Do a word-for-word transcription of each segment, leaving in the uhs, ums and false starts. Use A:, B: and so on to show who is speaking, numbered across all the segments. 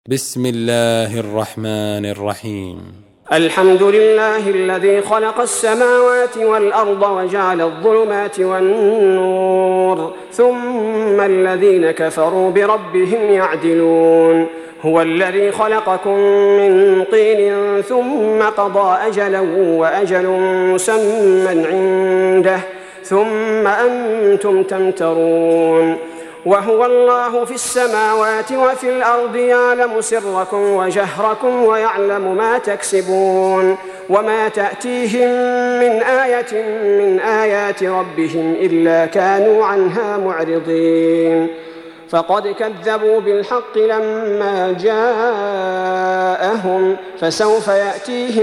A: بسم الله الرحمن الرحيم.
B: الحمد لله الذي خلق السماوات والأرض وجعل الظلمات والنور ثم الذين كفروا بربهم يعدلون. هو الذي خلقكم من طين ثم قضى أجلا وأجل مسمى عنده ثم أنتم تمترون. وهو الله في السماوات وفي الأرض يعلم سركم وجهركم ويعلم ما تكسبون وما تأتيهم من آية من آيات ربهم إلا كانوا عنها معرضين. فقد كذبوا بالحق لما جاءهم فسوف يأتيهم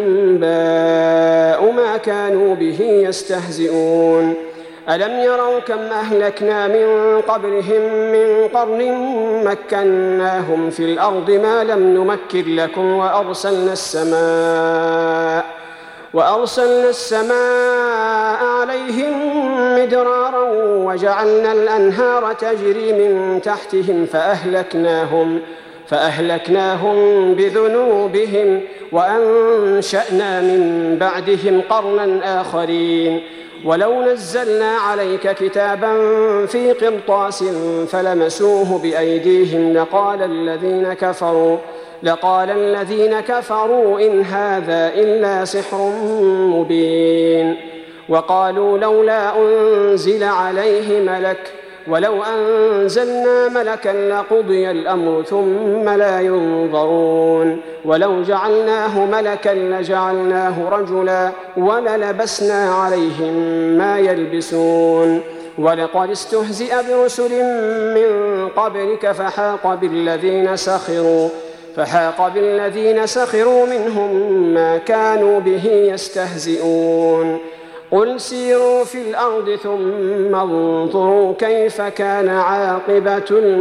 B: أنباء ما كانوا به يستهزئون. ألم يروا كم أهلكنا من قبلهم من قرن مكناهم في الأرض ما لم نمكن لكم وأرسلنا السماء وأرسلنا السماء عليهم مدرارا وجعلنا الأنهار تجري من تحتهم فأهلكناهم فأهلكناهم بذنوبهم وأنشأنا من بعدهم قرنا آخرين. ولو نزلنا عليك كتابا في قرطاس فلمسوه بأيديهم لقال الذين كفروا لقال الذين كفروا إن هذا إلا سحر مبين. وقالوا لولا أنزل عليه ملك ولو أنزلنا ملكا لقضي الأمر ثم لا ينظرون. ولو جعلناه ملكا لجعلناه رجلا وللبسنا عليهم ما يلبسون. ولقد استهزئ برسل من قبلك فحاق بالذين سخروا فحاق بالذين سخروا منهم ما كانوا به يستهزئون. قل سيروا في الأرض ثم انظروا كيف كان عاقبة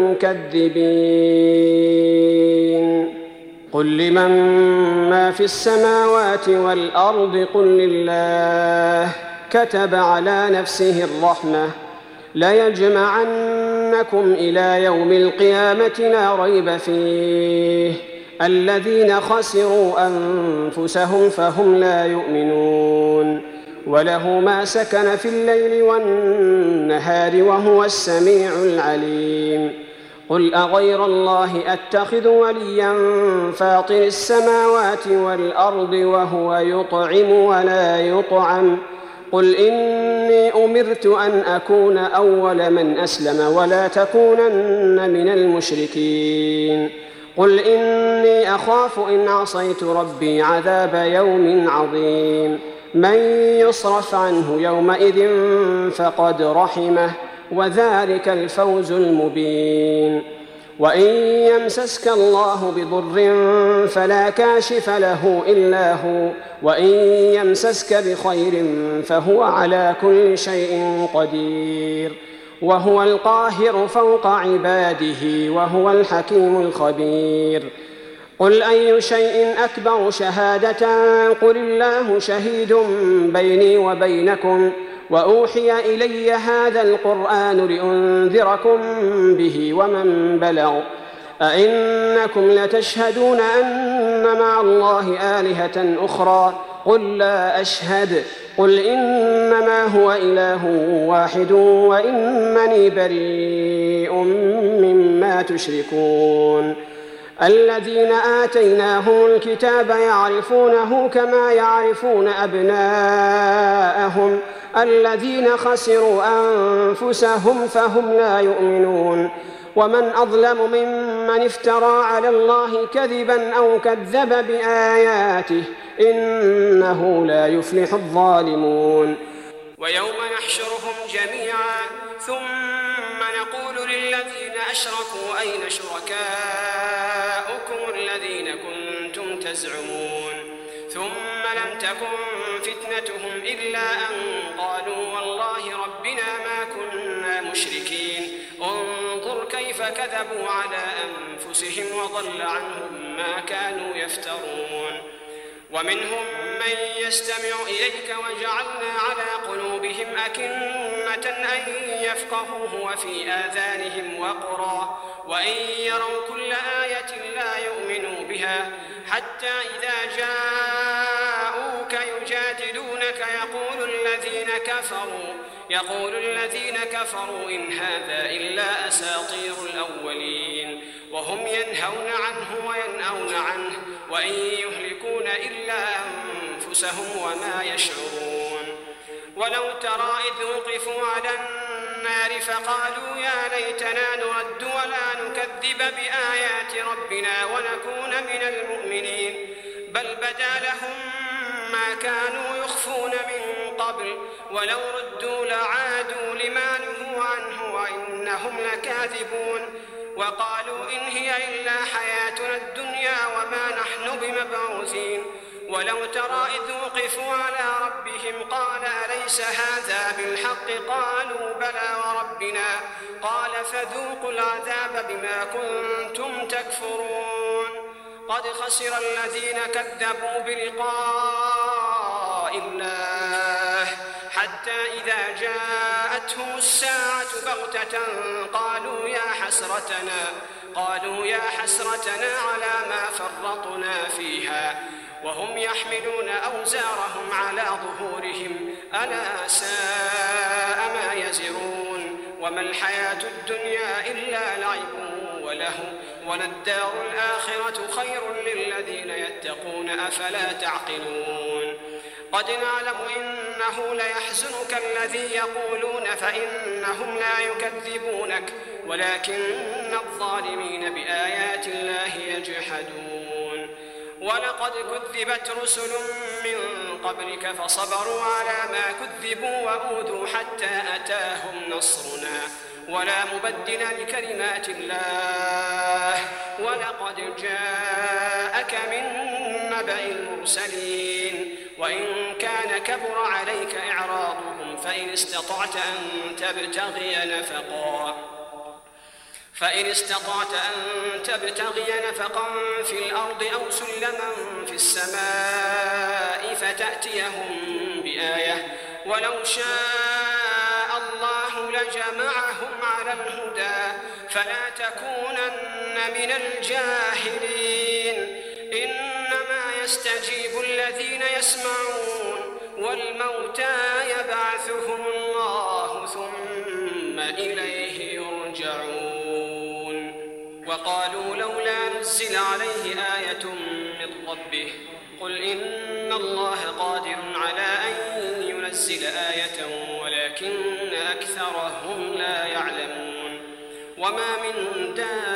B: المكذبين. قل لمن ما في السماوات والأرض قل لله كتب على نفسه الرحمة ليجمعنكم إلى يوم القيامة لا ريب فيه الذين خسروا أنفسهم فهم لا يؤمنون. وله ما سكن في الليل والنهار وهو السميع العليم. قل أغير الله أتخذ وليا فاطر السماوات والأرض وهو يطعم ولا يطعم قل إني أمرت أن أكون أول من أسلم ولا تكونن من المشركين. قل إني أخاف إن عصيت ربي عذاب يوم عظيم. من يصرف عنه يومئذ فقد رحمه وذلك الفوز المبين. وإن يمسسك الله بضر فلا كاشف له إلا هو وإن يمسسك بخير فهو على كل شيء قدير وهو القاهر فوق عباده وهو الحكيم الخبير. قل أي شيء أكبر شهادة قل الله شهيد بيني وبينكم وأوحي إلي هذا القرآن لأنذركم به ومن بلغ أئنكم لتشهدون أن مع الله آلهة أخرى قل لا أشهد قل إنما هو إله واحد وإنني بريء مما تشركون. الذين آتيناهم الكتاب يعرفونه كما يعرفون أبناءهم الذين خسروا أنفسهم فهم لا يؤمنون. ومن أظلم ممن افترى على الله كذبا أو كذب بآياته إنه لا يفلح الظالمون. ويوم نحشرهم جميعا ثم نقول للذين أشركوا أين شركاؤكم الذين كنتم تزعمون ثم لم تكن فتنتهم إلا أن قالوا والله ربنا ما كنا مشركين. انظر كيف كذبوا على أنفسهم وضل عنهم ما كانوا يفترون. ومنهم من يستمع إليك وجعلنا على قلوبهم أكنة أن يفقهوه وفي آذانهم وقرا وإن يروا كل آية لا حتى إذا جاءوك يجادلونك يقول الذين كفروا يقول الذين كفروا إن هذا إلا أساطير الأولين وهم ينهون عنه وينأون عنه وإن يهلكون إلا أنفسهم وما يشعرون. ولو ترى إذ وقفوا على النار فقالوا يا ليتنا نرد ولا نكذب بآيات ربنا ونكون من المؤمنين بل بدا لهم ما كانوا يخفون من قبل ولو ردوا لعادوا لما نهوا عنه وإنهم لكاذبون. وقالوا إن هي إلا حياتنا الدنيا وما نحن بمبعوثين. ولو ترى إذ وقفوا على ربهم قال أليس هذا بالحق قالوا بلى وربنا قال فذوقوا العذاب بما كنتم تكفرون. قد خسر الذين كذبوا بلقاء الله حتى إذا جاءتهم الساعة بغتة قالوا يا حسرتنا قالوا يا حسرتنا على ما فرطنا فيها وهم يحملون أوزارهم على ظهورهم ألا ساء ما يزرون. وما الحياة الدنيا إلا لعب وله وللدار الآخرة خير للذين يتقون أفلا تعقلون. قد نعلم إنه ليحزنك الذي يقولون فإنهم لا يكذبونك ولكن الظالمين بآيات الله يجحدون. ولقد كذبت رسل من قبلك فصبروا على ما كذبوا وأوذوا حتى أتاهم نصرنا ولا مبدل لكلمات الله ولقد جاءك من نبأ المرسلين. وإن كان كبر عليك إعراضهم فإن استطعت أن تبتغي نفقا فإن استطعت أن تبتغي نفقا في الأرض أو سلما في السماء فتأتيهم بآية ولو شاء الله لجمعهم على الهدى فلا تكونن من الجاهلين. إنما يستجيب الذين يسمعون والموتى يبعثهم الله ثم إليه يرجعون. وقالوا لولا نزل عليه آية من ربه قل إن الله قادر على أن ينزل آية ولكن أكثرهم لا يعلمون. وما من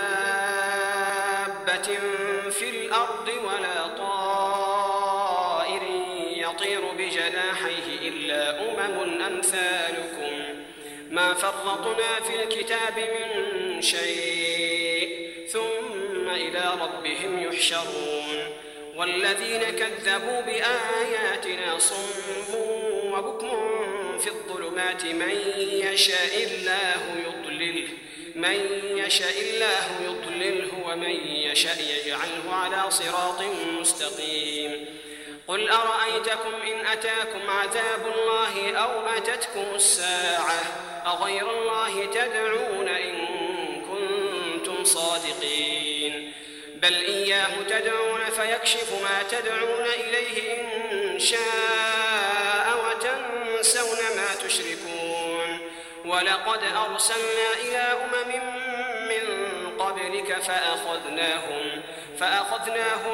B: دابة في الأرض ولا طائر يطير بجناحيه إلا أمم أمثالكم ما فرطنا في الكتاب من شيء ثم إلى ربهم يحشرون. والذين كذبوا بآياتنا صم وبكم في الظلمات من يشاء الله يضلله من يشاء الله يضلله ومن يشاء يجعله على صراط مستقيم. قل أرأيتكم إن أتاكم عذاب الله أو أتتكم الساعة أغير الله تدعون إن كنتم صادقين بل إياه تدعون فيكشف ما تدعون إليه إن شاء وتنسون ما تشركون. ولقد أرسلنا إلى أمم من قبلك فأخذناهم فأخذناهم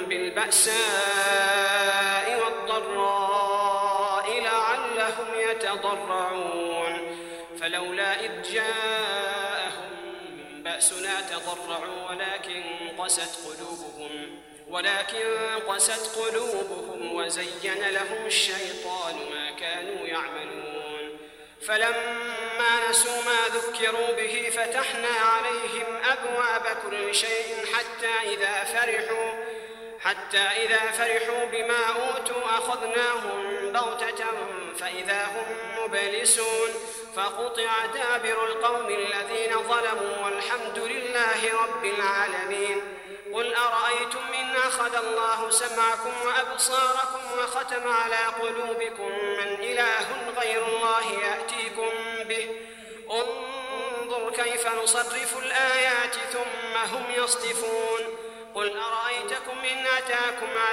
B: بالبأساء والضراء لعلهم يتضرعون. فلولا إذ جاءهم بأسنا تضرعوا ولكن قست قلوبهم ولكن قست قلوبهم وزين لهم الشيطان ما كانوا يعملون. فلما نسوا ما ذكروا به فتحنا عليهم أبواب كل شيء حتى إذا فرحوا حتى إذا فرحوا بما أوتوا أخذناهم بغتة فإذا هم مبلسون. فقطع دابر القوم الذين ظلموا والحمد لله رب العالمين. قل أرأيتم إن أخذ الله سمعكم وأبصاركم وختم على قلوبكم من إله غير الله يأتيكم به انظر كيف نصرف الآيات ثم هم يصدفون. قل أرأيتكم إن أتى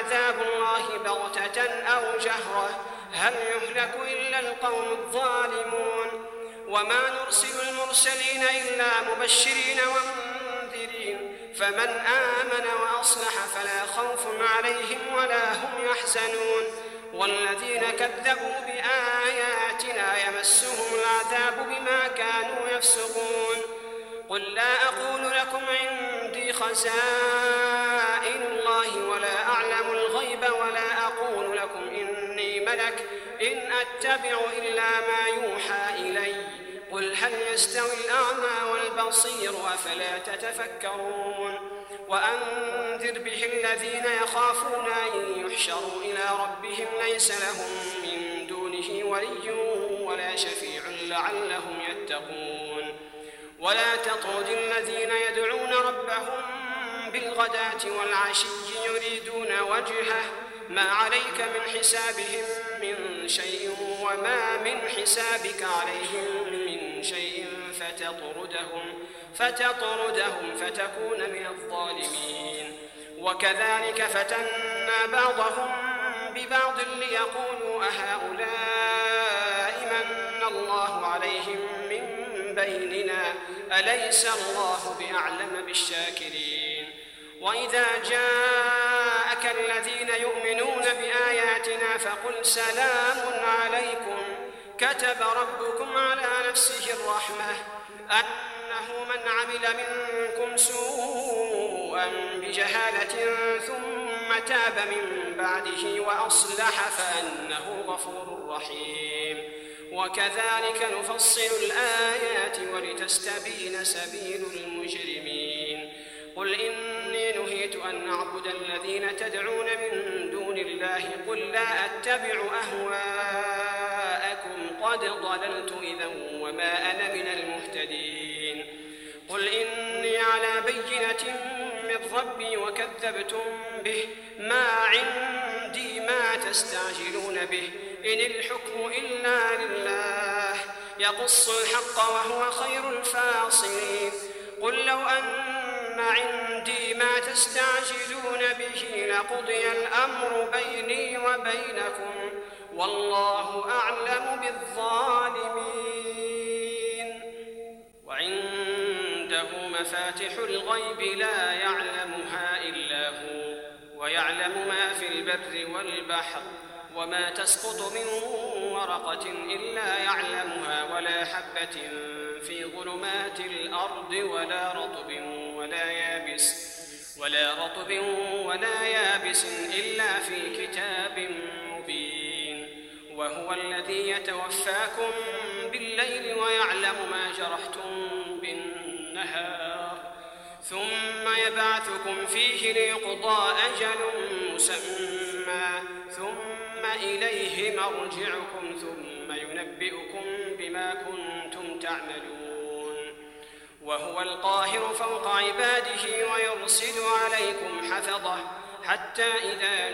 B: عذاب الله بغتة أو جهرة هل يهلك إلا القوم الظالمون وما نرسل المرسلين إلا مبشرين ومنذرين فمن آمن وأصلح فلا خوف عليهم ولا هم يحزنون والذين كذبوا بآياتنا يمسهم العذاب بما كانوا يفسقون قل لا أقول لكم عندي خزائن الله ولا أعلم الغيب ولا أقول لكم إني ملك إن أتبع إلا ما يوحى إلي قل هل يستوي الأعمى والبصير أفلا تتفكرون وأنذر به الذين يخافون أن يحشروا إلى ربهم ليس لهم من دونه ولي ولا شفيع لعلهم يتقون ولا تطرد الذين يدعون ربهم بالغداة والعشي يريدون وجهه ما عليك من حسابهم من شيء وما من حسابك عليهم من شيء فتطردهم فتطردهم فتكون من الظالمين وكذلك فتنا بعضهم ببعض ليقولوا أهؤلاء من الله عليهم من بيننا أليس الله بأعلم بالشاكرين وإذا جاءك الذين يؤمنون بآياتنا فقل سلام عليكم كتب ربكم على نفسه الرحمة أنه من عمل منكم سوءا بجهالة ثم تاب من بعده وأصلح فأنه غفور رحيم وكذلك نفصل الآيات ولتستبين سبيل المجرمين قل إني نهيت أن أعبد الذين تدعون من دون الله قل لا أتبع أهواءكم قد ضللت إذا وما أنا من المهتدين قل إني على بينة من ربي وكذبتم به ما عندي ما تستعجلون به إن الحكم إلا لله يقص الحق وهو خير الفاصلين قل لو أن عندي ما تستعجلون به لقضي الأمر بيني وبينكم والله أعلم بالظالمين وعنده مفاتح الغيب لا يعلمها إلا هو ويعلم ما في البر والبحر وما تسقط من ورقة إلا يعلمها ولا حبة في ظلمات الأرض ولا رطب ولا يابس ولا رطب ولا يابس إلا في كتاب مبين وهو الذي يتوفاكم بالليل ويعلم ما جرحتم بالنهار ثم يبعثكم فيه ليقضى أجل مسمى ثم إليه مرجعكم ثم ينبئكم بما كنتم تعملون وهو القاهر فوق عباده ويرسل عليكم حفظه حتى إذا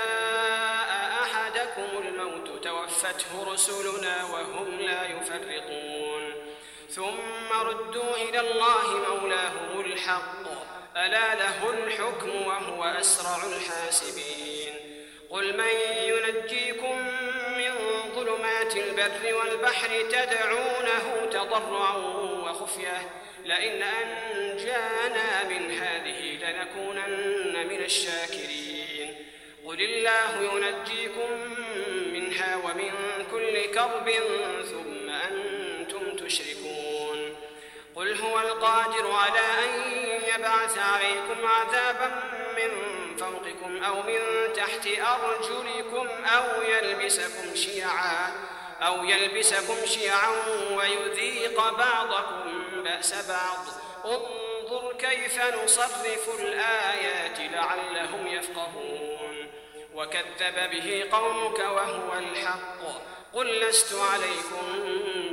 B: جاء أحدكم الموت توفته رسلنا وهم لا يفرطون ثم ردوا إلى الله مولاهم الحق ألا له الحكم وهو أسرع الحاسبين قل من ينجيكم من ظلمات البر والبحر تدعونه تضرعا وخفية لئن أنجانا من هذه لنكونن من الشاكرين قل الله ينجيكم منها ومن كل كرب ثم أنتم تشركون قل هو القادر على أن يبعث عليكم عذابا من فوقكم أو من تحت أرجلكم أو يلبسكم شيعا أو يلبسكم شيعا ويذيق بعضكم بأس بعض انظر كيف نصرف الآيات لعلهم يفقهون وكذب به قومك وهو الحق قل لست عليكم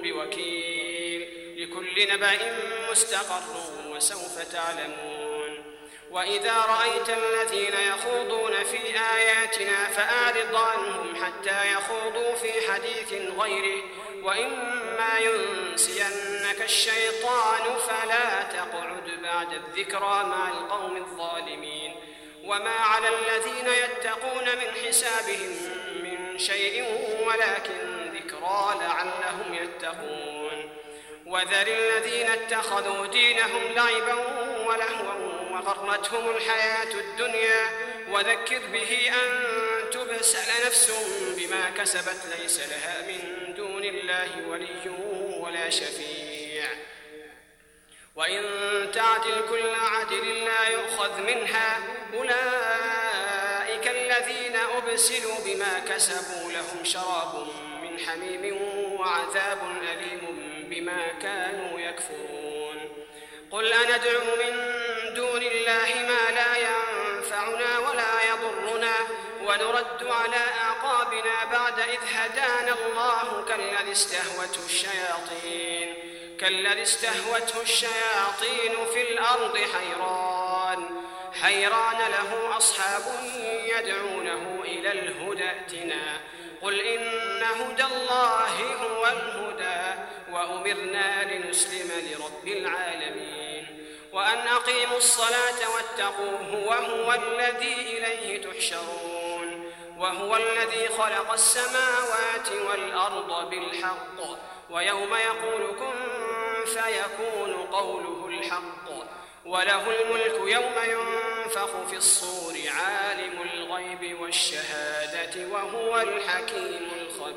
B: بوكيل لكل نبأ مستقر وسوف تعلمون وإذا رأيت الذين يخوضون في آياتنا فأعرض عنهم حتى يخوضوا في حديث غيره وإما ينسينك الشيطان فلا تقعد بعد الذكرى مع القوم الظالمين وما على الذين يتقون من حسابهم من شيء ولكن ذكرى لعلهم يتقون. وذر الذين اتخذوا دينهم لعبا ولهوا وغرتهم الحياة الدنيا وذكر به أن تبسل نفس بما كسبت ليس لها من دون الله ولي ولا شفيع. وإن تعدل كل عدل لا يؤخذ منها أولئك الذين أبسلوا بما كسبوا لهم شراب من حميم وعذاب أليم بما كانوا يكفرون. قل أندعو من دون الله ما لا ينفعنا ولا يضرنا ونرد على أعقابنا بعد إذ هدانا الله كالذي استهوته الشياطين كالذي استهوته الشياطين في الأرض حيران حيران له أصحاب يدعونه إلى الهدى ائتنا. قل إن هدى الله هو الهدى وأمرنا لنسلم لرب العالمين وأن أقيموا الصلاة واتقوه وهو الذي إليه تحشرون. وهو الذي خلق السماوات والأرض بالحق ويوم يقول كن فيكون قوله الحق وله الملك يوم ينفخ في الصور عالم الغيب والشهادة وهو الحكيم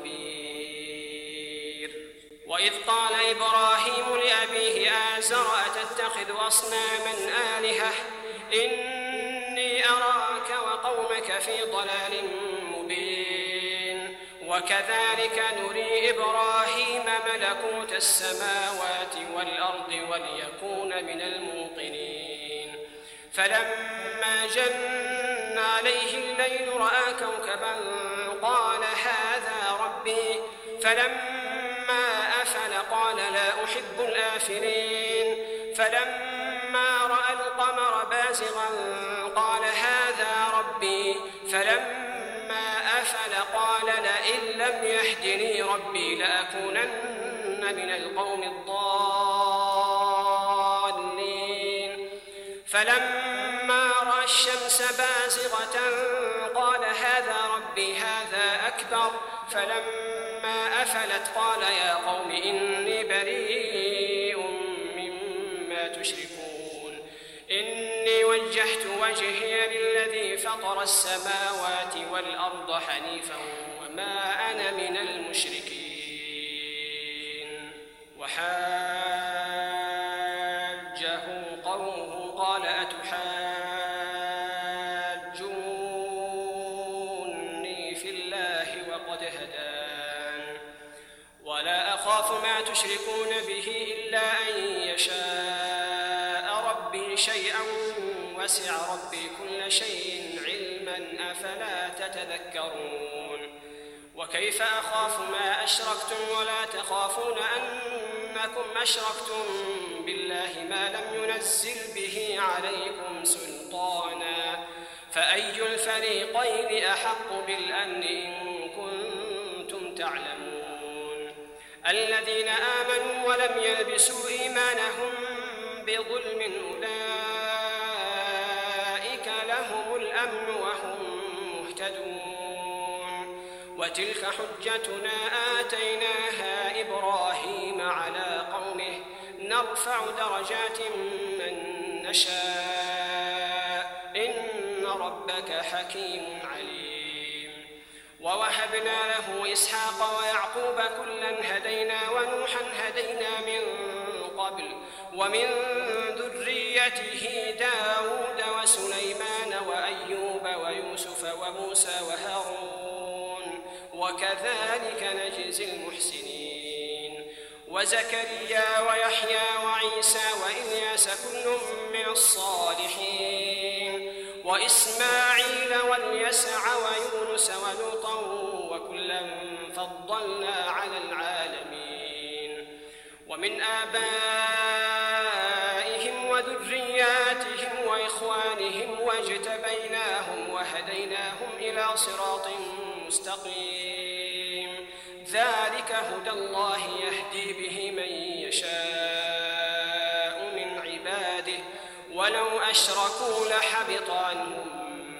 B: الخبير. وإذ قال إبراهيم لأبيه آزر أتتخذ أصناما آلهة إني أراك وقومك في ضلال مبين. وكذلك نري إبراهيم ملكوت السماوات والأرض وليكون من الموقنين. فلما جن عليه الليل رأى كوكبا قال هذا ربي فلما أفل قال لا أحب الآفلين. فلما رأى القمر بازغا قال هذا ربي فلما أفل قال لئن لم يهدني ربي لأكونن من القوم الضالين. فلما رأى الشمس بازغة قال هذا ربي هذا أكبر. فلما أفلت قال يا قوم إني بريء مما تشركون إني وجهت وجهي للذي فطر السماوات والأرض حنيفا وما أنا من المشركين. وحاجه قومه قال أتحاجوني في الله وقد هدان ولا أخاف ما تشركون به إلا أن يشاء ربي شيئا وسع ربي كل شيء علما أفلا تتذكرون. وكيف أخاف ما أشركتم ولا تخافون أنكم أشركتم بالله ما لم ينزل به عليكم سلطانا فأي الفريقين أحق بالأمن إن كنتم تعلمون. الذين آمنوا ولم يلبسوا إيمانهم بظلم أولئك لهم الأمن وهم مهتدون. وتلك حجتنا آتيناها إبراهيم على قومه نرفع درجات من نشاء إن ربك حكيم عليم. ووهبنا له إسحاق ويعقوب كلا هدينا ونوحا هدينا من قبل ومن ذريته داود وسليمان وأيوب ويوسف وموسى وهارون وكذلك نجزي المحسنين. وزكريا ويحيى وعيسى وإلياس كل من الصالحين وإسماعيل واليسع ويونس ولوطا وكلا فضلنا على العالمين. ومن آبائهم وذرياتهم وإخوانهم واجتبيناهم وهديناهم إلى صراط مستقيم. ذلك هدى الله يهدي به من يشاء من عباده ولو أشركوا لحبط عنهم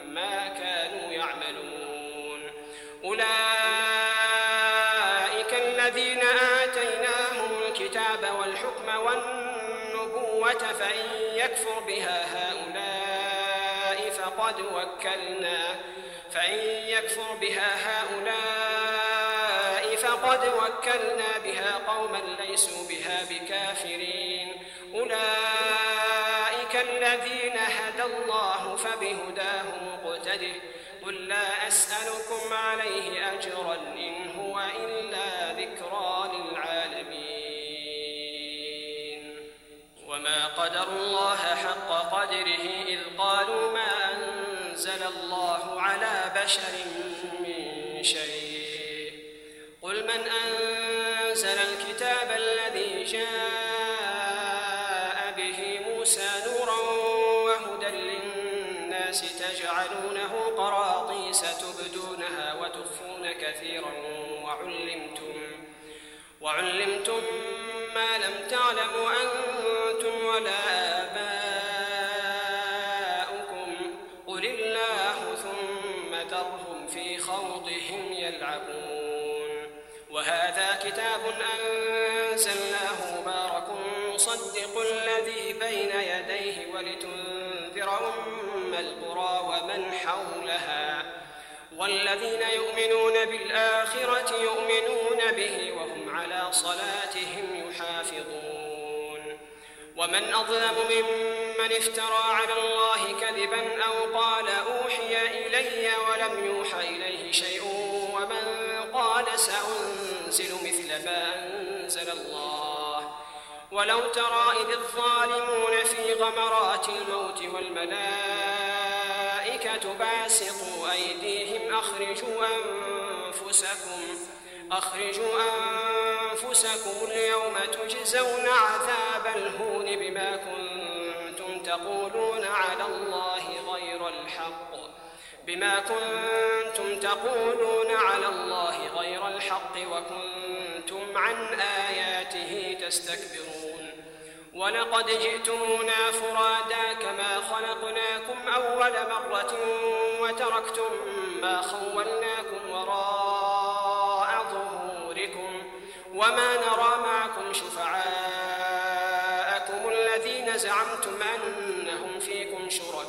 B: الحكم والنبوة فإن يكفر بها هؤلاء فقد وكلنا فإن يكفر بها هؤلاء فقد وكلنا بها قوما ليسوا بها بكافرين أولئك الذين هدى الله فبهداه مقتده قل لا أسألكم عليه أجرا إن هو إلا ذكرى للعالمين وما قدروا الله حق قدره إذ قالوا ما أنزل الله على بشر من شيء قل من أنزل الكتاب الذي جاء به موسى نورا وهدى للناس تجعلونه قراطيس تبدونها وتخفون كثيرا وعلمتم, وعلمتم ما لم تعلموا أنتم ولا آباؤكم قل الله ثم ذرهم في خوضهم يلعبون وهذا كتاب أنزلناه مبارك مصدق الذي بين يديه ولتنذر أم القرى ومن حولها والذين يؤمنون بالآخرة يؤمنون به وهم على صلاتهم يحافظون ومن أظلم ممن افترى على الله كذبا أو قال أوحي إلي ولم يوحى إليه شيء ومن قال سأنزل مثل ما أنزل الله ولو ترى إذ الظالمون في غمرات الموت والملائكة باسطوا أيديهم أخرجوا أنفسكم أخرجوا أنفسكم اليوم تجزون عذاب الهون بما كنتم تقولون على الله غير الحق بما كنتم تقولون على الله غير الحق وكنتم عن آياته تستكبرون ولقد جئتمونا فرادا كما خلقناكم أول مرة وتركتم ما خولناكم وراء ظهوركم وما نرى معكم شفعاءكم الذين زعمتم أنهم فيكم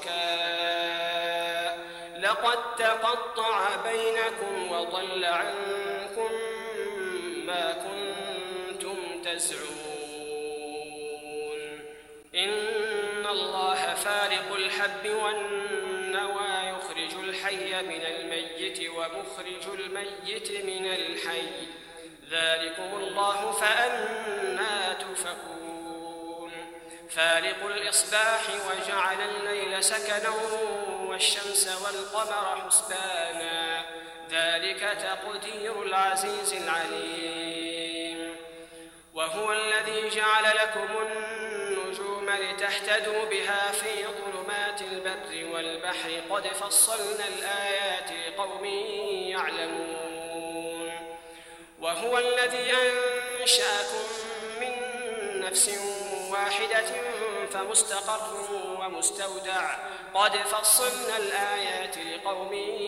B: شركاء لقد تقطع بينكم وضل عنكم ما كنتم تزعمون إن الله فالق الحب والنوى يخرج الحي من الميت ومخرج الميت من الحي ذلكم الله فأنى تؤفكون فالق الإصباح وجعل الليل سكنا والشمس والقمر حسبانا ذلك تقدير العزيز العليم وهو الذي جعل لكم النجوم لتهتدوا بها في ظلمات البر والبحر قد فصلنا الآيات لقوم يعلمون وهو الذي أنشأكم من نفس واحدة فمستقر ومستودع قد فصلنا الآيات لقوم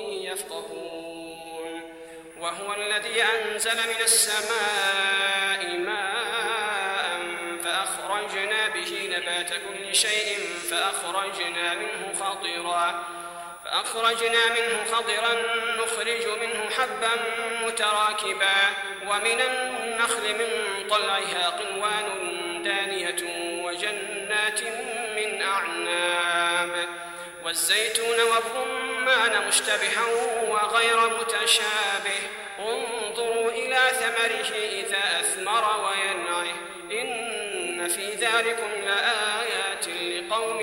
B: يفقهون وهو الذي أنزل من السماء ماء فأخرجنا به نبات كل شيء فأخرجنا منه خضرا فأخرجنا منه خضرا نخرج منه حبا متراكبا ومن النخل من طلعها قنوان دانية وجنات من أعناب والزيتون والرمان مشتبها وغير متشابه انظروا إلى ثمره إذا أثمر وينعه إن في ذلكم لآيات لقوم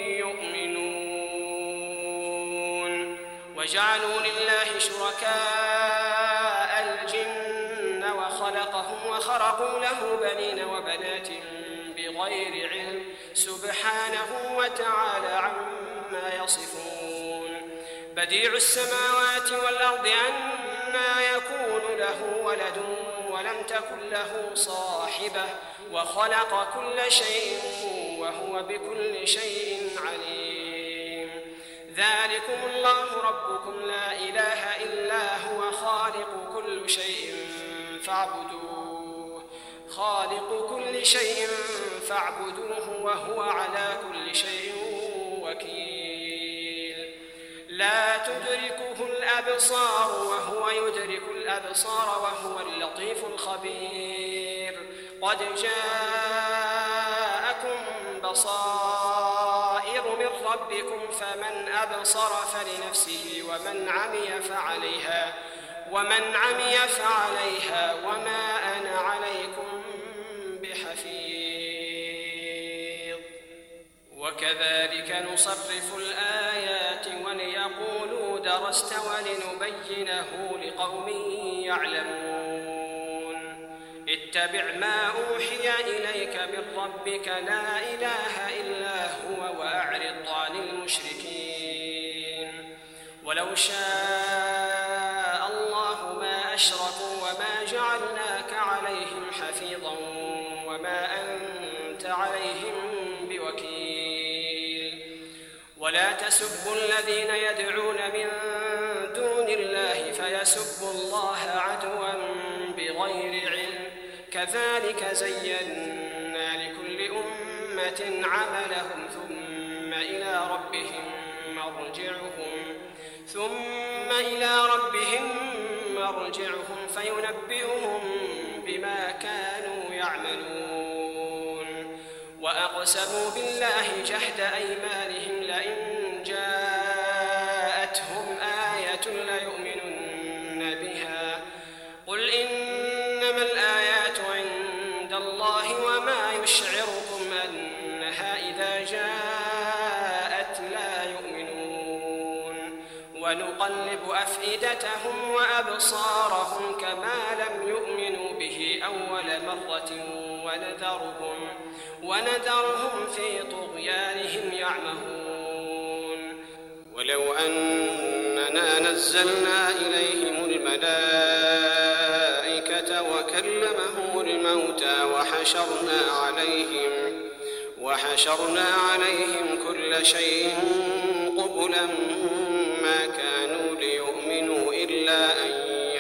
B: يؤمنون وجعلوا لله شركاء الجن وخلقهم وخرقوا له بنين وبنات بغير علم سبحانه وتعالى عما يصفون بديع السماوات والأرض أنى يكون له ولد ولم تكن له صاحبة وخلق كل شيء وهو بكل شيء عليم ذلكم الله ربكم لا إله إلا هو خالق كل شيء فاعبدوه خالق كل شيء فاعبدوه وهو على كل شيء وكيل لا تدركه الأبصار وهو يدرك الأبصار وهو اللطيف الخبير قد جاءكم بصائر من ربكم فمن أبصر فلنفسه ومن عمي فعليها ومن عمي فعليها وما أنا عليكم بحفيظ وكذلك نصرف الآيات وليقولوا درست ولنبينه لقوم يعلمون اتبع ما أوحي إليك من ربك لا إله إلا هو وأعرض عن المشركين ولو شاء الله ما أشركوا وما جعلناك عليهم حفيظا وما أنت عليهم بوكيل ولا تسبوا الذين يدعون من دون الله فيسبوا الله عدوا بغير علم كذلك زينا لكل أمة عملهم ثم إلى ربهم مرجعهم ثم إلى ربهم مرجعهم فينبئهم بما كانوا يعملون وأقسموا بالله جهد أيمانهم لئن جاءتهم آية ليؤمنن بها قل إنما الآيات عند الله وما يشعركم أنها إذا جاءت لا يؤمنون ونقلب أفئدتهم وأبصارهم كما لم يؤمنوا به أول مرة ونذرهم, ونذرهم في طغيانهم يعمهون ولو أننا نزلنا إليهم الملائكة وكلمهم الموتى وحشرنا عليهم وحشرنا عليهم كل شيء قبلا ما كانوا ليؤمنوا إلا أن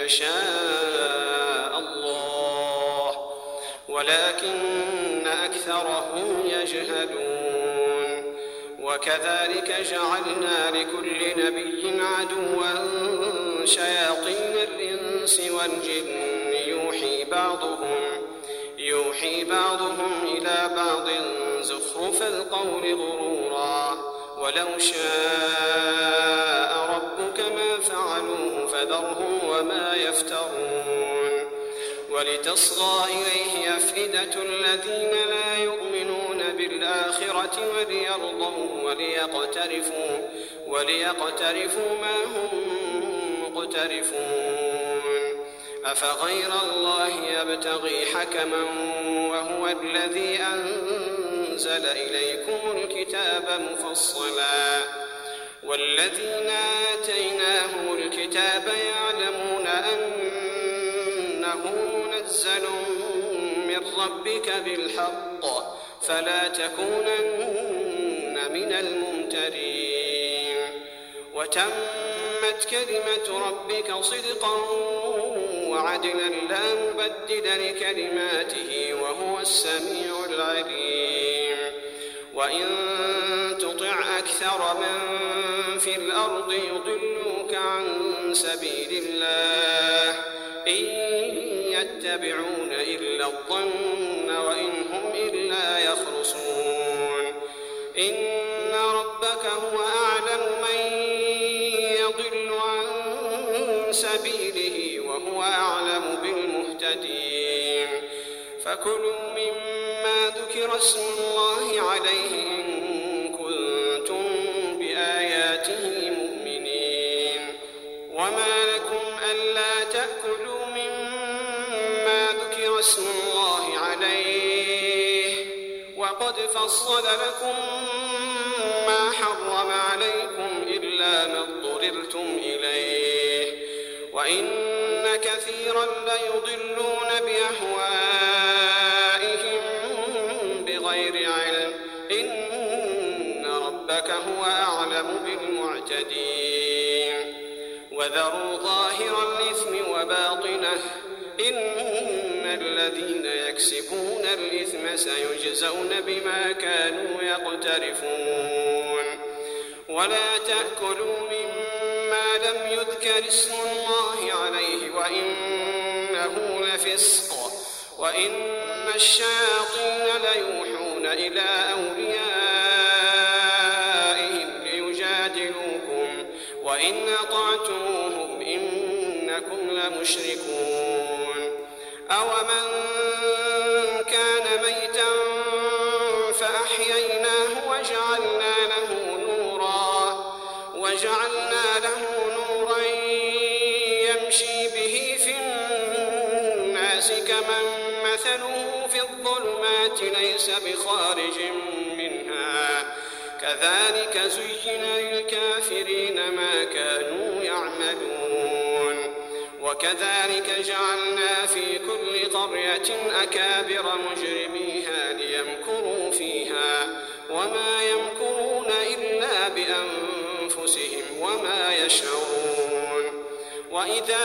B: يشاء الله ولكن أكثرهم يجهلون وكذلك جعلنا لكل نبي عدوا شياطين الإنس والجن يوحي بعضهم يوحي بعضهم إلى بعض زخرف القول غرورا ولو شاء ربك ما فعلوه فذرهم وما يفترون ولتصغى إليه أفئدة الذين لا يؤمنون بالآخرة وليرضوا وليقترفوا, وليقترفوا ما هم مقترفون أفغير الله يبتغي حكما وهو الذي أنزل إليكم الكتاب مفصلا والذين آتيناهم الكتاب يعلمون أنه منزل من ربك بالحق فلا تكونن من الممترين وتمت كلمة ربك صدقا وعدلا لا مبدل لكلماته وهو السميع العليم وإن تطع أكثر من في الأرض يضلوك عن سبيل الله إن يتبعون إلا الظن وإن هم إلا يخرصون إن ربك هو أعلم من يضل عن سبيله وهو أعلم بالمهتدين فكلوا مما ذكر اسم الله عليه إن كنتم بآياته مؤمنين وما لكم ألا تأكلوا مما ذكر اسم الله عليه وقد فصل لكم ما حرم عليكم إلا ما اضطررتم إليه وإن كثيرا ليضلون بأهوائهم بغير علم إن ربك هو أعلم بالمعتدين وذروا ظاهر الإثم وباطنه إن الذين يكسبون الإثم سيجزون بما كانوا يقترفون ولا تأكلوا مما لم يذكر اسم الله عليه وإنه لفسق وإن الشياطين ليوحون إلى أوليائهم ليجادلوكم وإن أطعتموهم إنكم لمشركون أومن كان ميتا فأحييناه وجعلنا له نورا وجعلنا له نورا يمشي به في الناس كمن مثله في الظلمات ليس بخارج منها كذلك زين للكافرين ما كانوا يعملون وكذلك جعلنا في كل قرية أكابر مجرميها ليمكروا فيها وما يمكرون إلا بأنفسهم وما يشعرون وإذا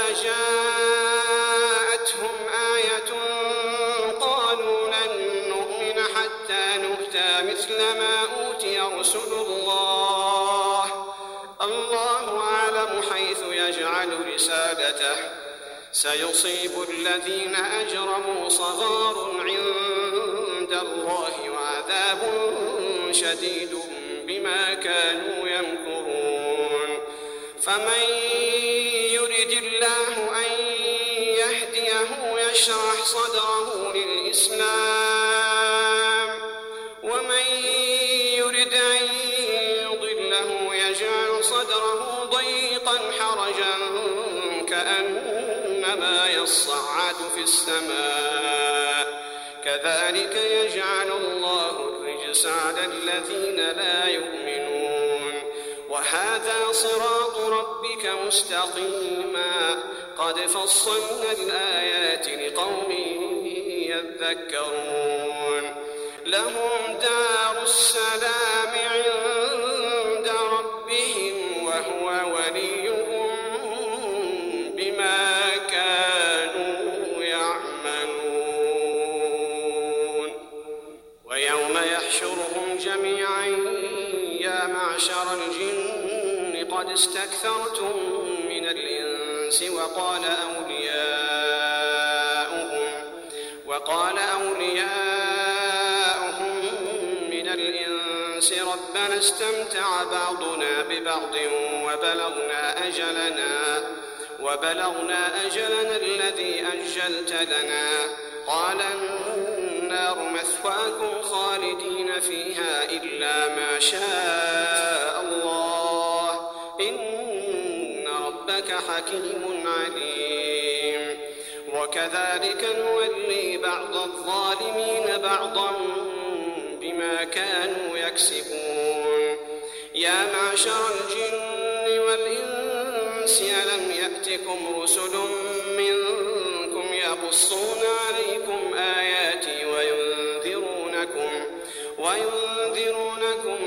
B: جاءتهم آية قالوا لن نؤمن حتى نؤتى مثل ما أوتي رسل الله الله أعلم حيث يجعل رسالته سيصيب الذين أجرموا صغار عند الله وعذاب شديد بما كانوا يمكرون فمن يرد الله أن يهديه يشرح صدره للإسلام ومن يرد أن يضله يجعل صدره ضيقا حرجا كأنما يصعد في السماء كذلك يجعل الله الرجس على الذين لا يؤمنون وهذا صراط ربك مستقيما قد فصلنا الآيات لقوم يذكرون لهم دار السلام عند ربهم وهو وليهم بما كانوا يعملون ويوم يحشرهم جميعا يا معشر الجن قد استكثرتم من الإنس وقال أولياؤهم وقال أولياؤهم من الإنس ربنا استمتع بعضنا ببعض وبلغنا أجلنا وبلغنا أجلنا الذي أجلت لنا قال النار مثواكم خالدين فيها إلا ما شاء الله إن ربك حكيم عليم وكذلك نولي بعض الظالمين بعضا بما كانوا يكسبون يا معشر الجن والإنس ألم يأتكم رسل منكم يقصون عليكم آياتي وينذرونكم وينذرونكم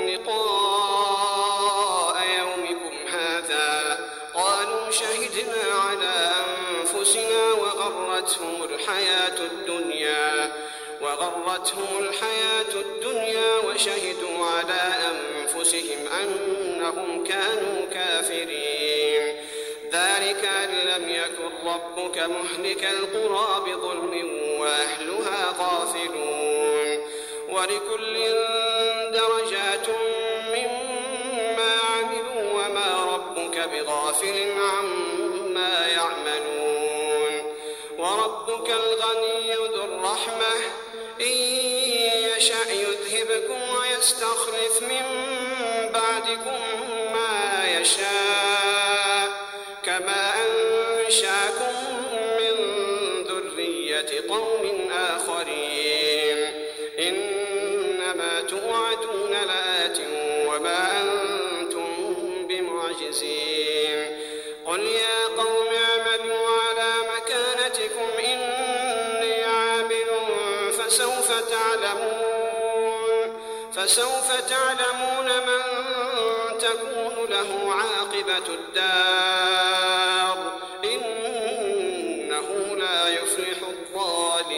B: لقاء يومكم هذا قالوا شهدنا على أنفسنا وغرتهم الحياة الدنيا وغرتهم الحياة الدنيا وشهدوا على أنفسهم أنهم كانوا كافرين ذلك أن لم يكن ربك مهلك القرى بظلم وأهلها غافلون ولكل درجات مما عملوا وما ربك بغافل عما يعملون وربك الغني ذو الرحمة إن يشأ يذهبكم ويستخلف من بعدكم ما يشاء كما أنشاكم من ذرية قوم آخرين إنما توعدون لآت وما أنتم بمعجزين قل يا قوم اعملوا على مكانتكم إني عامل فسوف تعلمون فسوف تعلمون من تكون له عاقبة الدار إنه لا يفلح الظالمون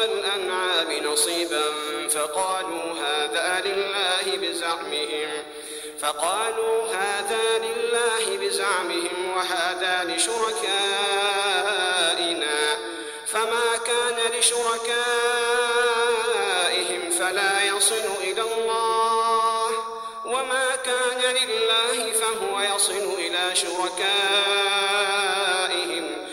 B: الأنعام نصيبا فقالوا هذا لله بزعمهم فقالوا هذا لله بزعمهم وهذا لشركائنا فما كان لشركائهم فلا يصل إلى الله وما كان لله فهو يصل إلى شركائهم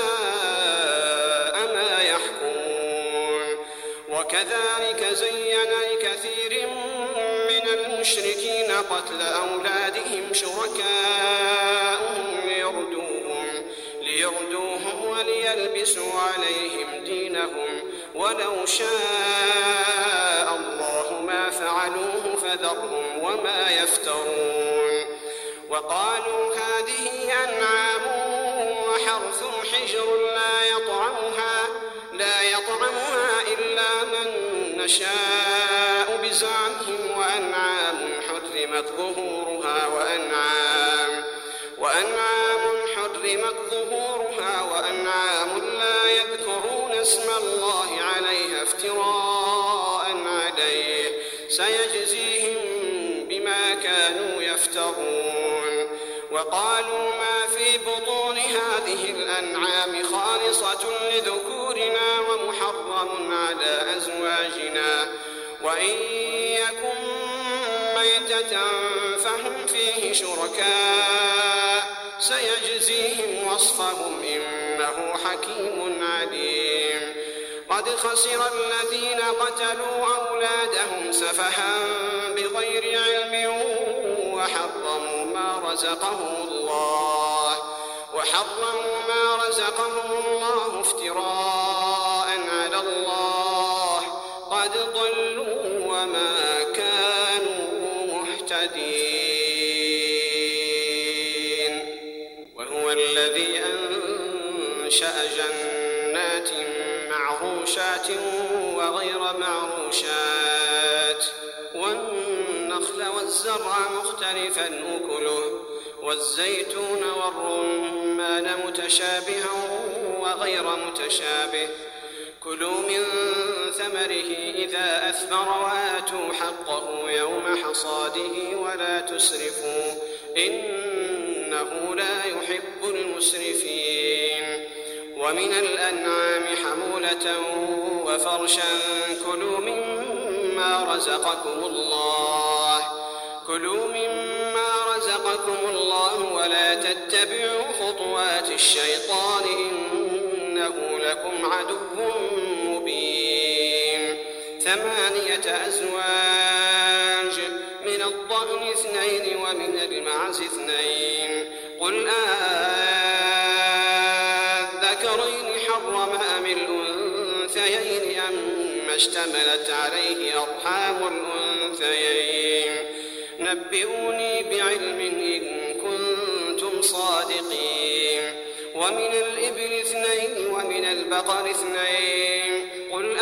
B: ساء ما يحكمون. وكذلك زين لكثير من المشركين قتل أولادهم شركاؤهم ليردوهم, ليردوهم وليلبسوا عليهم دينهم ولو شاء الله ما فعلوه فذرهم وما يفترون. وقالوا هذه أنعام وحرث حجر لا يطعمها, لا يطعمها إلا من نشاء بزعمهم وأنعام حرمت ظهورها وأنعام, وأنعام حرمت ظهورها وأنعام لا يذكرون اسم الله عليها افتراء عليه سيجزيهم بما كانوا يفترون. وقالوا ما في بطون هذه الأنعام خالصة لذكورنا ومحرم على أزواجنا وإن يكن ميتة فهم فيه شركاء سيجزيهم وصفهم إنه حكيم عليم. قد خسر الذين قتلوا أولادهم سفها بغير علم وحرموا ما رزقهم الله وحرموا ما رزقهم الله افتراء على الله قد ضلوا وما كانوا مهتدين. وهو الذي أنشأ جنات معروشات وغير معروشات والنخل والزرع مختلفا أكله والزيتون والرمان متشابها وغير متشابه كلوا من ثمره إذا أثمر وآتوا حقه يوم حصاده ولا تسرفوا إنه لا يحب المسرفين. ومن الأنعام حمولة وفرشا كلوا مما رزقكم الله كلوا مما رزقكم الله ولا تتبعوا خطوات الشيطان إنه لكم عدو مبين. ثمانية أزواج من الضأن اثنين ومن المعز اثنين قل آذكرين حرم أم الأنثيين أم اشتملت عليه أرحام الأنثيين نبئوني بعلم إن كنتم صادقين. ومن الإبل اثنين ومن البقر اثنين قل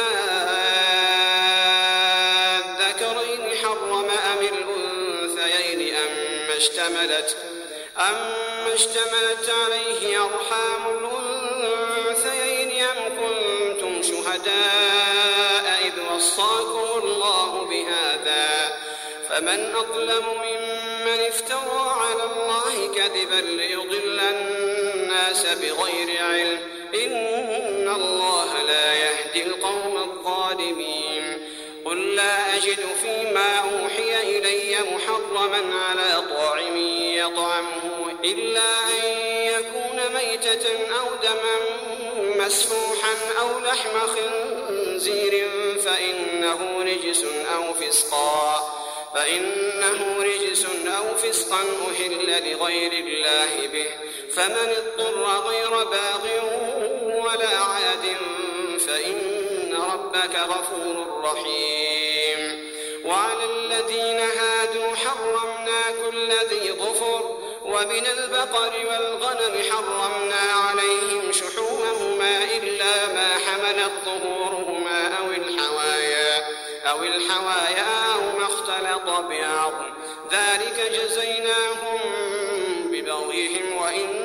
B: آذكرين حرم أم الأنثيين أم اشتملت أم اشتملت عليه أرحام الأنثيين أم كنتم شهداء إذ وصاكم الله بهذا فمن أظلم ممن افترى على الله كذبا ليضل الناس بغير علم إن الله لا يهدي القوم الظالمين. قل لا أجد فيما أوحي إلي محرما على طاعم يطعمه إلا أن يكون ميتة أو دما مسفوحا أو لحم خنزير فإنه رجس أو فسقا فإنه رجس أو فسقا أهل لغير الله به فمن اضطر غير باغ ولا عاد فإن ربك غفور رحيم. وعلى الذين هادوا حرمنا كل ذي ظفر ومن البقر والغنم حرمنا عليهم شحومهما إلا ما حملت ظهورهما أو الحوايا أو الحوايا أو ما اختلط بعظم ذلك جزيناهم ببغيهم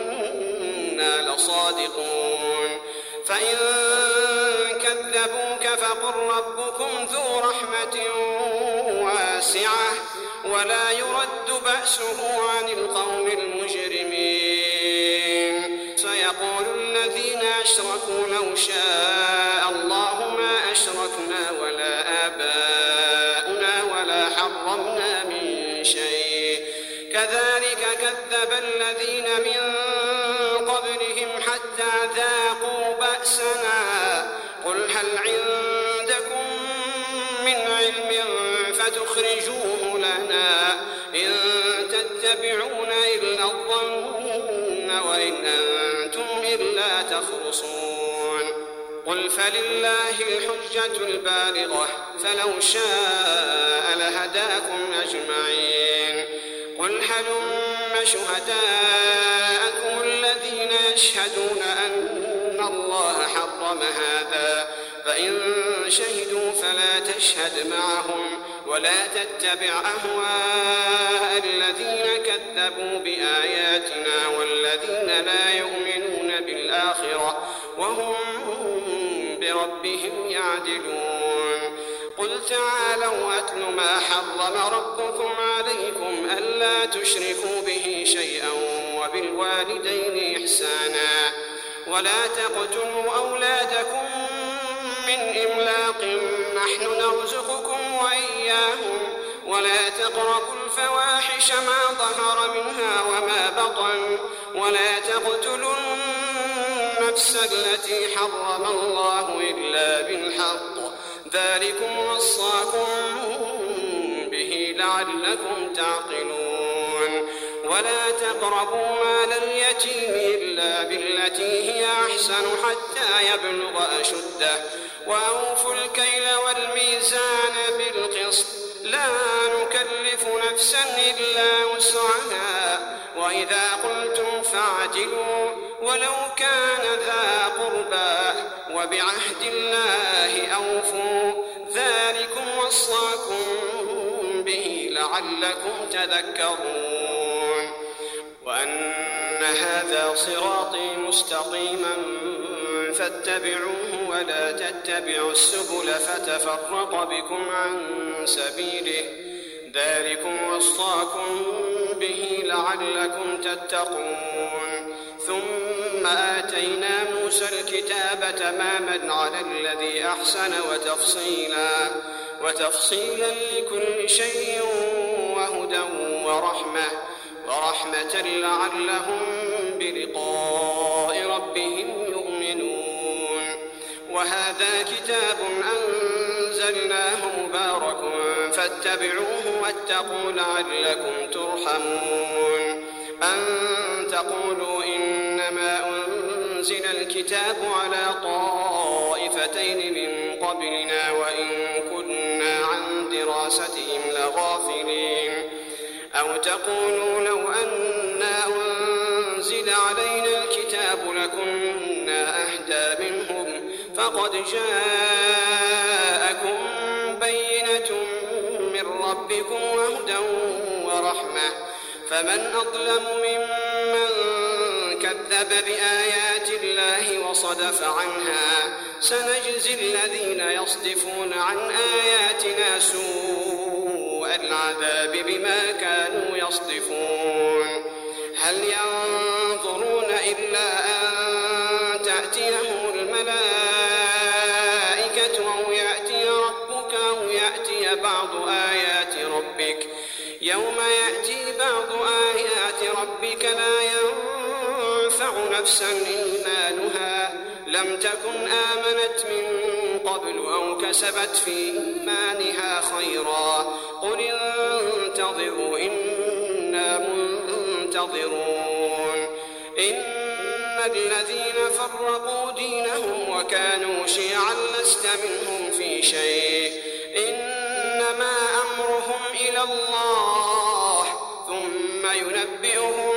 B: وإنا لصادقون. فإن كذبوك ربكم ذو رحمة واسعة ولا يرد بأسه عن القوم المجرمين. سيقول الذين أشركوا لو شاء الله ما أشركنا ولا آباؤنا ولا حرمنا من شيء كذلك كذب الذين من قبلهم حتى ذاقوا بأسنا قل هل عندكم من علم فتخرجوه لنا إن تتبعون إلا الظن وإن أنتم إلا تخرصون. قل فلله الحجة البالغة فلو شاء لهداكم أجمعين. قل هلم شهداءكم الذين يشهدون أن الله حرم هذا فإن شهدوا فلا تشهد معهم ولا تتبع أهواء الذين كذبوا بآياتنا والذين لا يؤمنون بالآخرة وهم بربهم يعدلون. قل تعالوا أتل ما حرم ربكم عليكم ألا تشركوا به شيئا وبالوالدين إحسانا ولا تقتلوا أولادكم من إملاق نحن نرزقكم وإياهم ولا تقربوا الفواحش ما ظهر منها وما بطن ولا تقتلوا النفس التي حرم الله إلا بالحق ذلكم وصاكم به لعلكم تعقلون. ولا تقربوا مال اليتيم إلا بالتي هي أحسن حتى يبلغ أشده وأوفوا الكيل والميزان بالقسط لا نكلف نفسا إلا وسعها وإذا قلتم فاعدلوا ولو كان ذا قربى وبعهد الله أوفوا ذلكم وصاكم به لعلكم تذكرون. وأن هذا صراطي مستقيما فاتبعوه ولا تتبعوا السبل فتفرق بكم عن سبيله ذلكم وصاكم به لعلكم تتقون. ثم آتينا موسى الكتاب تماما على الذي أحسن وتفصيلا وتفصيلا لكل شيء وهدى ورحمة ورحمة لعلهم بلقاء ربهم يؤمنون. وهذا كتاب أنزلناه مبارك فاتبعوه واتقوا لعلكم ترحمون. أن تقولوا إنما أنزل الكتاب على طائفتين من قبلنا وإن كنا عن دراستهم لغافلين أو تقولوا لو أنا أنزل علينا الكتاب لكنا أهدى منهم فقد جاءكم بينة من ربكم وهدى ورحمة فمن أظلم ممن كذب بآيات الله وصدف عنها سنجزي الذين يصدفون عن آياتنا سوء العذاب بما كانوا يصدفون. هل ينظرون إلا أن تأتيهم الملائكة أو يأتي ربك أو يأتي بعض آيات ربك يوم يأتي بعض آيات ربك لا ينفع نفسا إيمانها لم تكن آمنت من قبل أو كسبت في إيمانها خيرا قل انتظروا إنا منتظرون. إن الذين فرقوا دينهم وكانوا شيعا لست منهم في شيء إنما أمرهم إلى الله ثم ينبئهم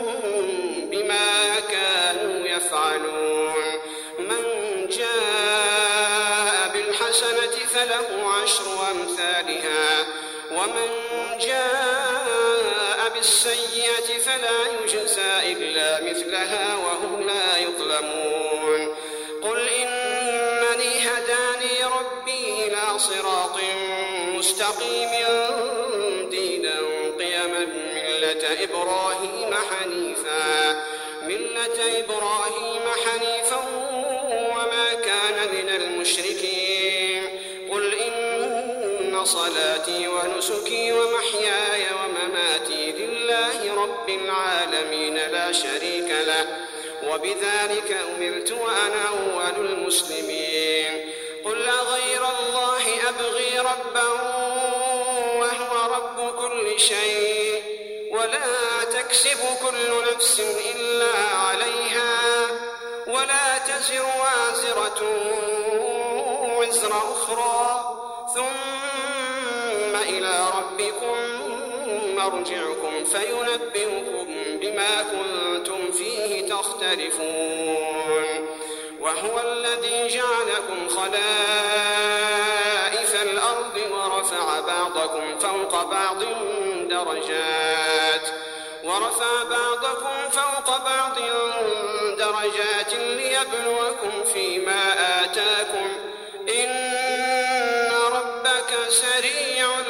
B: بما كانوا يفعلون. من جاء بالحسنة فله عشر أمثالها ومن جاء بالسيئة فلا يجزى إلا مثلها وهم لا يظلمون. قل إنني هداني ربي صراط مستقيم دينا قيما ملة إبراهيم حنيفا ملة إبراهيم حنيفا وما كان من المشركين قل إن صلاتي ونسكي ومحياي ومماتي لله رب العالمين لا شريك له وبذلك أمرت وأنا أول المسلمين قل أغير الله أبغي ربا وهو رب كل شيء ولا تكسب كل نفس إلا عليها ولا تزر وازرة وزر أخرى ثم إلى ربكم مرجعكم فينبئكم بما كنتم فيه تختلفون وهو الذي جعلكم خلائف الأرض ورفع بعضكم فوق بعض درجات ورفع بعضكم فوق بعض درجات ليبلوكم فيما آتاكم إن ربك سريع